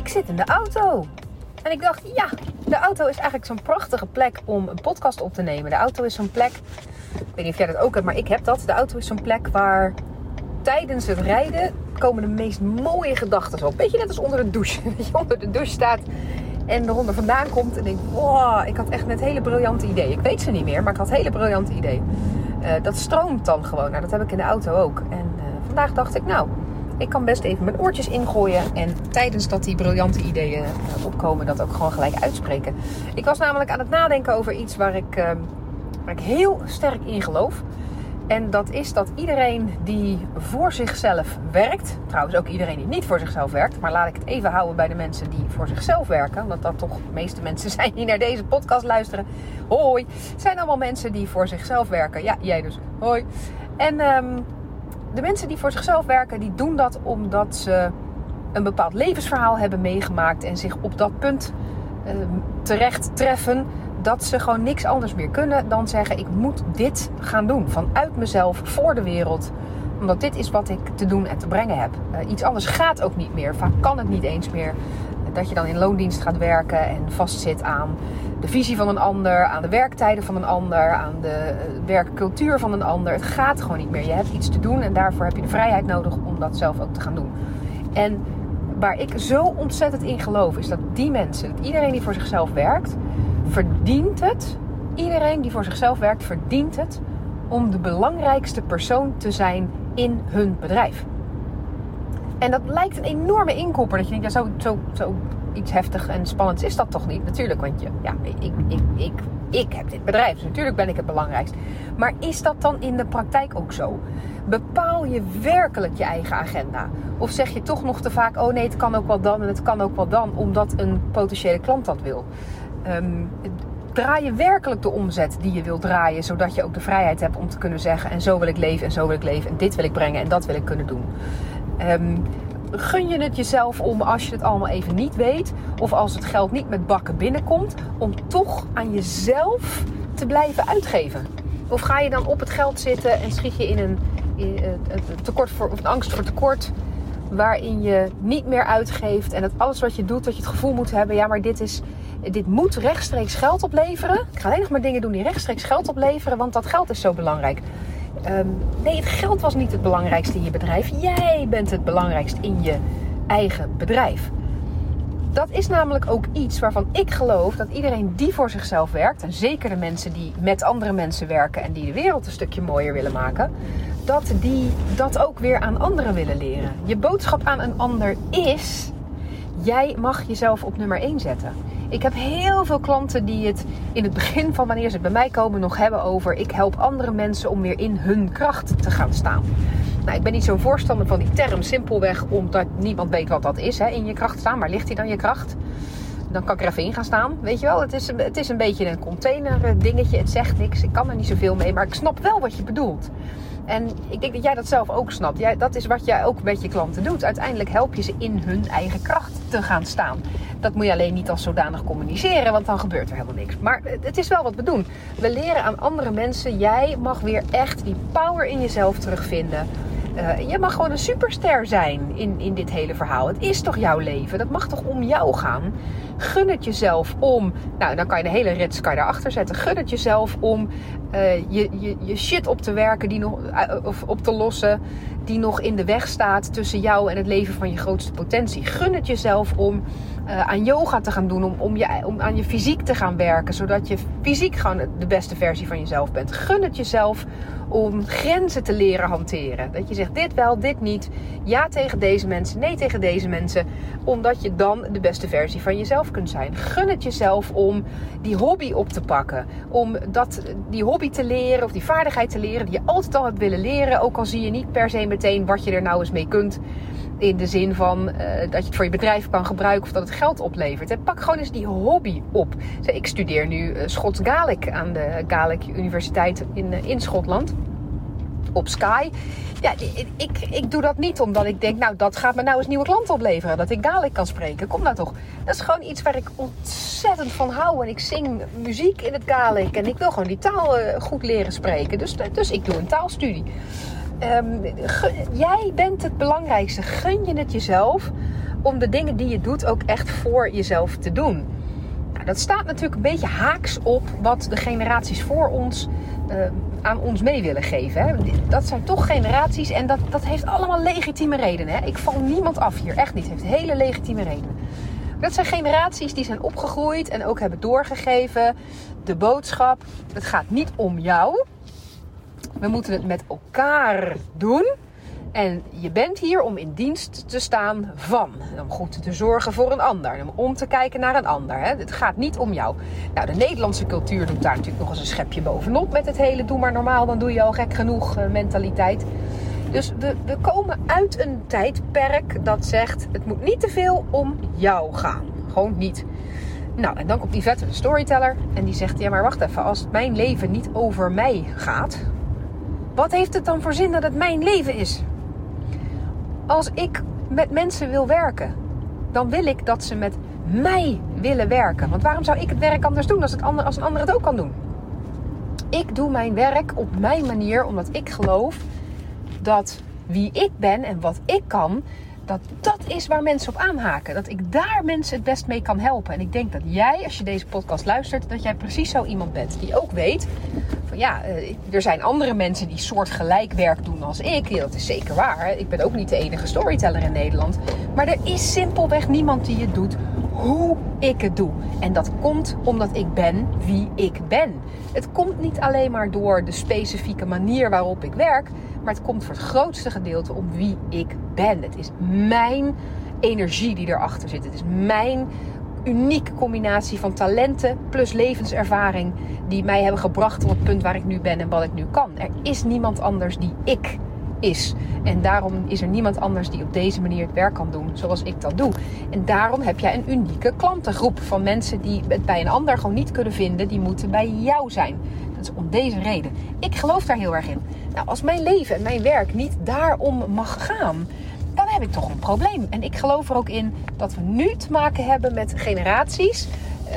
ik zit in de auto. En ik dacht, ja, de auto is eigenlijk zo'n prachtige plek om een podcast op te nemen. De auto is zo'n plek, ik weet niet of jij dat ook hebt, maar ik heb dat. De auto is zo'n plek waar tijdens het rijden komen de meest mooie gedachten op. Beetje net als onder de douche. Dat je onder de douche staat en eronder vandaan komt en denkt, wow, ik had echt net hele briljante ideeën. Ik weet ze niet meer, maar ik had hele briljante ideeën. Dat stroomt dan gewoon. Nou, dat heb ik in de auto ook. En vandaag dacht ik, nou, ik kan best even mijn oortjes ingooien en tijdens dat die briljante ideeën opkomen, dat ook gewoon gelijk uitspreken. Ik was namelijk aan het nadenken over iets waar ik heel sterk in geloof. En dat is dat iedereen die voor zichzelf werkt, trouwens ook iedereen die niet voor zichzelf werkt, maar laat ik het even houden bij de mensen die voor zichzelf werken, omdat dat toch de meeste mensen zijn die naar deze podcast luisteren. Hoi, het zijn allemaal mensen die voor zichzelf werken. Ja, jij dus. Hoi. En de mensen die voor zichzelf werken, die doen dat omdat ze een bepaald levensverhaal hebben meegemaakt en zich op dat punt terecht treffen dat ze gewoon niks anders meer kunnen dan zeggen, ik moet dit gaan doen vanuit mezelf voor de wereld, omdat dit is wat ik te doen en te brengen heb. Iets anders gaat ook niet meer, vaak kan het niet eens meer. Dat je dan in loondienst gaat werken en vastzit aan de visie van een ander, aan de werktijden van een ander, aan de werkcultuur van een ander. Het gaat gewoon niet meer. Je hebt iets te doen en daarvoor heb je de vrijheid nodig om dat zelf ook te gaan doen. En waar ik zo ontzettend in geloof is dat die mensen, dat iedereen die voor zichzelf werkt, verdient het. Iedereen die voor zichzelf werkt, verdient het om de belangrijkste persoon te zijn in hun bedrijf. En dat lijkt een enorme inkopper. Dat je denkt, ja, zo iets heftig en spannends is dat toch niet? Natuurlijk, want ik heb dit bedrijf. Dus natuurlijk ben ik het belangrijkst. Maar is dat dan in de praktijk ook zo? Bepaal je werkelijk je eigen agenda? Of zeg je toch nog te vaak, oh nee, het kan ook wel dan en het kan ook wel dan, omdat een potentiële klant dat wil? Draai je werkelijk de omzet die je wilt draaien, zodat je ook de vrijheid hebt om te kunnen zeggen, en zo wil ik leven en zo wil ik leven en dit wil ik brengen en dat wil ik kunnen doen. Gun je het jezelf om, als je het allemaal even niet weet, of als het geld niet met bakken binnenkomt, om toch aan jezelf te blijven uitgeven? Of ga je dan op het geld zitten en schiet je in een tekort of een angst voor tekort, waarin je niet meer uitgeeft en dat alles wat je doet, dat je het gevoel moet hebben, ja, maar dit moet rechtstreeks geld opleveren. Ik ga alleen nog maar dingen doen die rechtstreeks geld opleveren, want dat geld is zo belangrijk. Nee, het geld was niet het belangrijkste in je bedrijf. Jij bent het belangrijkst in je eigen bedrijf. Dat is namelijk ook iets waarvan ik geloof dat iedereen die voor zichzelf werkt, en zeker de mensen die met andere mensen werken en die de wereld een stukje mooier willen maken, dat die dat ook weer aan anderen willen leren. Je boodschap aan een ander is, jij mag jezelf op nummer 1 zetten. Ik heb heel veel klanten die het in het begin van wanneer ze bij mij komen nog hebben over, ik help andere mensen om weer in hun kracht te gaan staan. Nou, ik ben niet zo'n voorstander van die term, simpelweg omdat niemand weet wat dat is, hè, in je kracht staan. Waar ligt die dan, je kracht? Dan kan ik er even in gaan staan, weet je wel. Het is een beetje een container dingetje, het zegt niks, ik kan er niet zoveel mee, maar ik snap wel wat je bedoelt. En ik denk dat jij dat zelf ook snapt. Dat is wat jij ook met je klanten doet. Uiteindelijk help je ze in hun eigen kracht te gaan staan. Dat moet je alleen niet als zodanig communiceren, want dan gebeurt er helemaal niks. Maar het is wel wat we doen. We leren aan andere mensen, jij mag weer echt die power in jezelf terugvinden. Je mag gewoon een superster zijn in dit hele verhaal. Het is toch jouw leven? Dat mag toch om jou gaan? Gun het jezelf om, nou dan kan je de hele rits daarachter zetten. Gun het jezelf om je shit op te werken, of op te lossen, die nog in de weg staat tussen jou en het leven van je grootste potentie. Gun het jezelf om aan yoga te gaan doen, om aan je fysiek te gaan werken, zodat je fysiek gewoon de beste versie van jezelf bent. Gun het jezelf om grenzen te leren hanteren. Dat je zegt, dit wel, dit niet. Ja tegen deze mensen, nee tegen deze mensen. Omdat je dan de beste versie van jezelf kunt zijn. Gun het jezelf om die hobby op te pakken. Om die hobby te leren of die vaardigheid te leren die je altijd al hebt willen leren. Ook al zie je niet per se meteen wat je er nou eens mee kunt. In de zin van dat je het voor je bedrijf kan gebruiken of dat het geld oplevert. En pak gewoon eens die hobby op. Ik studeer nu Schots Gaelic aan de Gaelic Universiteit in Schotland. Op Skye. Ja, ik doe dat niet omdat ik denk, nou dat gaat me nou eens nieuwe klanten opleveren. Dat ik Gaelic kan spreken. Kom nou toch. Dat is gewoon iets waar ik ontzettend van hou. En ik zing muziek in het Gaelic. En ik wil gewoon die taal goed leren spreken. Dus ik doe een taalstudie. Jij bent het belangrijkste. Gun je het jezelf om de dingen die je doet ook echt voor jezelf te doen. Nou, dat staat natuurlijk een beetje haaks op wat de generaties voor ons aan ons mee willen geven. Hè. Dat zijn toch generaties en dat heeft allemaal legitieme redenen. Hè. Ik val niemand af hier, echt niet. Het heeft hele legitieme redenen. Dat zijn generaties die zijn opgegroeid en ook hebben doorgegeven de boodschap: het gaat niet om jou. We moeten het met elkaar doen. En je bent hier om in dienst te staan van. Om goed te zorgen voor een ander. Om te kijken naar een ander. Hè. Het gaat niet om jou. Nou, de Nederlandse cultuur doet daar natuurlijk nog eens een schepje bovenop. Met het hele doe maar normaal, dan doe je al gek genoeg mentaliteit. Dus we komen uit een tijdperk dat zegt: het moet niet te veel om jou gaan. Gewoon niet. Nou, en dan komt Yvette, de storyteller. En die zegt: ja, maar wacht even. Als mijn leven niet over mij gaat, wat heeft het dan voor zin dat het mijn leven is? Als ik met mensen wil werken, dan wil ik dat ze met mij willen werken. Want waarom zou ik het werk anders doen als een ander het ook kan doen? Ik doe mijn werk op mijn manier, omdat ik geloof dat wie ik ben en wat ik kan, dat is waar mensen op aanhaken. Dat ik daar mensen het best mee kan helpen. En ik denk dat jij, als je deze podcast luistert, dat jij precies zo iemand bent die ook weet van ja, er zijn andere mensen die soortgelijk werk doen als ik. Ja, dat is zeker waar. Ik ben ook niet de enige storyteller in Nederland. Maar er is simpelweg niemand die het doet hoe ik het doe. En dat komt omdat ik ben wie ik ben. Het komt niet alleen maar door de specifieke manier waarop ik werk, maar het komt voor het grootste gedeelte om wie ik ben. Het is mijn energie die erachter zit. Het is mijn unieke combinatie van talenten plus levenservaring die mij hebben gebracht op het punt waar ik nu ben en wat ik nu kan. Er is niemand anders die ik is. En daarom is er niemand anders die op deze manier het werk kan doen zoals ik dat doe. En daarom heb jij een unieke klantengroep van mensen die het bij een ander gewoon niet kunnen vinden. Die moeten bij jou zijn. Dat is om deze reden. Ik geloof daar heel erg in. Nou, als mijn leven en mijn werk niet daarom mag gaan, dan heb ik toch een probleem. En ik geloof er ook in dat we nu te maken hebben met generaties.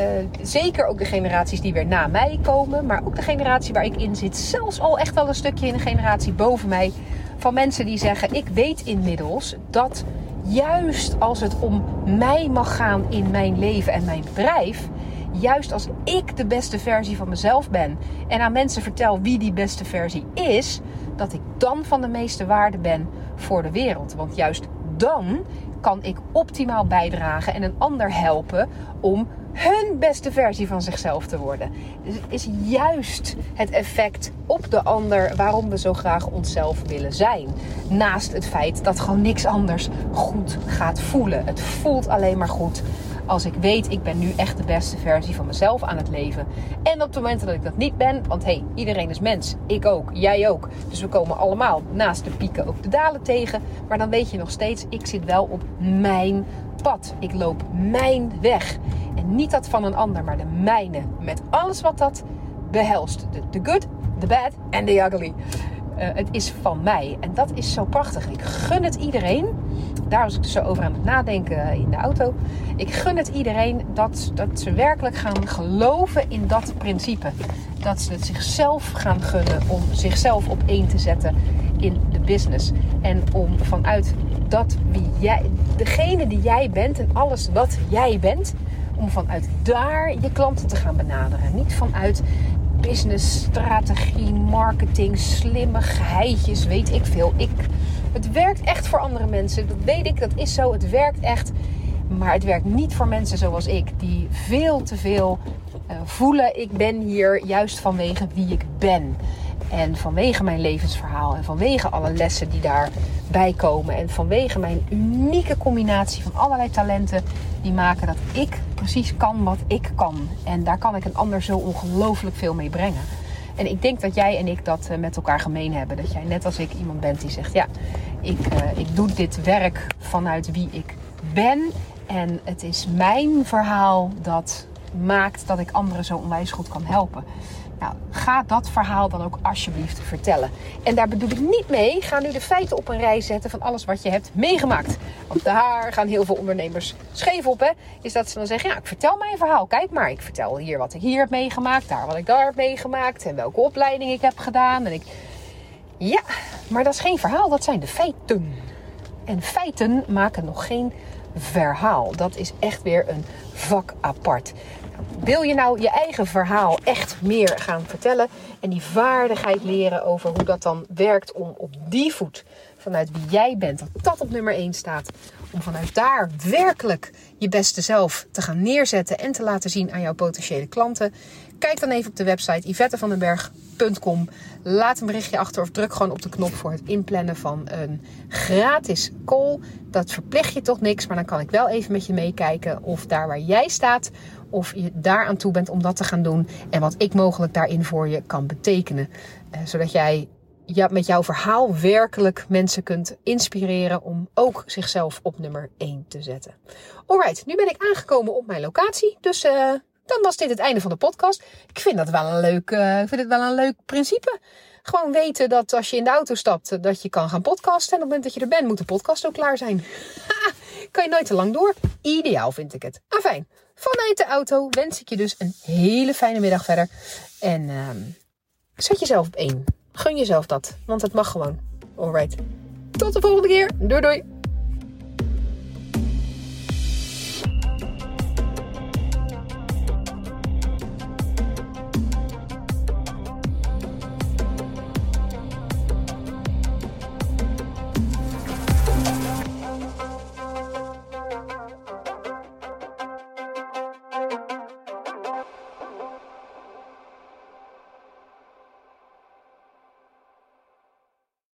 Zeker ook de generaties die weer na mij komen. Maar ook de generatie waar ik in zit. Zelfs al echt wel een stukje in de generatie boven mij. Van mensen die zeggen: ik weet inmiddels dat juist als het om mij mag gaan in mijn leven en mijn bedrijf, juist als ik de beste versie van mezelf ben en aan mensen vertel wie die beste versie is, dat ik dan van de meeste waarde ben voor de wereld. Want juist dan kan ik optimaal bijdragen en een ander helpen om hun beste versie van zichzelf te worden. Dus het is juist het effect op de ander waarom we zo graag onszelf willen zijn. Naast het feit dat gewoon niks anders goed gaat voelen. Het voelt alleen maar goed als ik weet, ik ben nu echt de beste versie van mezelf aan het leven. En op de momenten dat ik dat niet ben, want iedereen is mens. Ik ook, jij ook. Dus we komen allemaal naast de pieken ook de dalen tegen. Maar dan weet je nog steeds, ik zit wel op mijn pad. Ik loop mijn weg. En niet dat van een ander, maar de mijne. Met alles wat dat behelst. De good, the bad en the ugly. Het is van mij. En dat is zo prachtig. Ik gun het iedereen. Daar was ik dus zo over aan het nadenken in de auto. Ik gun het iedereen dat ze werkelijk gaan geloven in dat principe. Dat ze het zichzelf gaan gunnen om zichzelf op één te zetten in de business. En om vanuit dat wie jij, degene die jij bent en alles wat jij bent, om vanuit daar je klanten te gaan benaderen. Niet vanuit business, strategie, marketing, slimmigheidjes, weet ik veel. Het werkt echt voor andere mensen. Dat weet ik, dat is zo. Het werkt echt. Maar het werkt niet voor mensen zoals ik. Die veel te veel voelen. Ik ben hier juist vanwege wie ik ben. En vanwege mijn levensverhaal. En vanwege alle lessen die daarbij komen. En vanwege mijn unieke combinatie van allerlei talenten. Die maken dat ik precies kan wat ik kan. En daar kan ik een ander zo ongelooflijk veel mee brengen. En ik denk dat jij en ik dat met elkaar gemeen hebben. Dat jij net als ik iemand bent die zegt: ja, ik doe dit werk vanuit wie ik ben. En het is mijn verhaal dat maakt dat ik anderen zo onwijs goed kan helpen. Nou, ga dat verhaal dan ook alsjeblieft vertellen. En daar bedoel ik niet mee, ga nu de feiten op een rij zetten van alles wat je hebt meegemaakt. Want daar gaan heel veel ondernemers scheef op, hè. Is dat ze dan zeggen: ja, ik vertel mijn verhaal. Kijk maar, ik vertel hier wat ik hier heb meegemaakt, daar wat ik daar heb meegemaakt en welke opleiding ik heb gedaan. Ja, maar dat is geen verhaal, dat zijn de feiten. En feiten maken nog geen verhaal. Dat is echt weer een vak apart. Wil je nou je eigen verhaal echt meer gaan vertellen en die vaardigheid leren over hoe dat dan werkt om op die voet, vanuit wie jij bent, dat op nummer 1 staat, om vanuit daar werkelijk je beste zelf te gaan neerzetten en te laten zien aan jouw potentiële klanten? Kijk dan even op de website yvettevandenberg.com. Laat een berichtje achter of druk gewoon op de knop voor het inplannen van een gratis call. Dat verplicht je tot niks, maar dan kan ik wel even met je meekijken of daar waar jij staat, of je daar aan toe bent om dat te gaan doen en wat ik mogelijk daarin voor je kan betekenen. Zodat jij met jouw verhaal werkelijk mensen kunt inspireren om ook zichzelf op nummer 1 te zetten. Alright, nu ben ik aangekomen op mijn locatie. Dus dan was dit het einde van de podcast. Ik vind het wel een leuk principe. Gewoon weten dat als je in de auto stapt, dat je kan gaan podcasten. En op het moment dat je er bent, moet de podcast ook klaar zijn. Kan je nooit te lang door. Ideaal vind ik het. Fijn. Vanuit de auto wens ik je dus een hele fijne middag verder. En zet jezelf op 1. Gun jezelf dat, want het mag gewoon. Alright. Tot de volgende keer. Doei doei.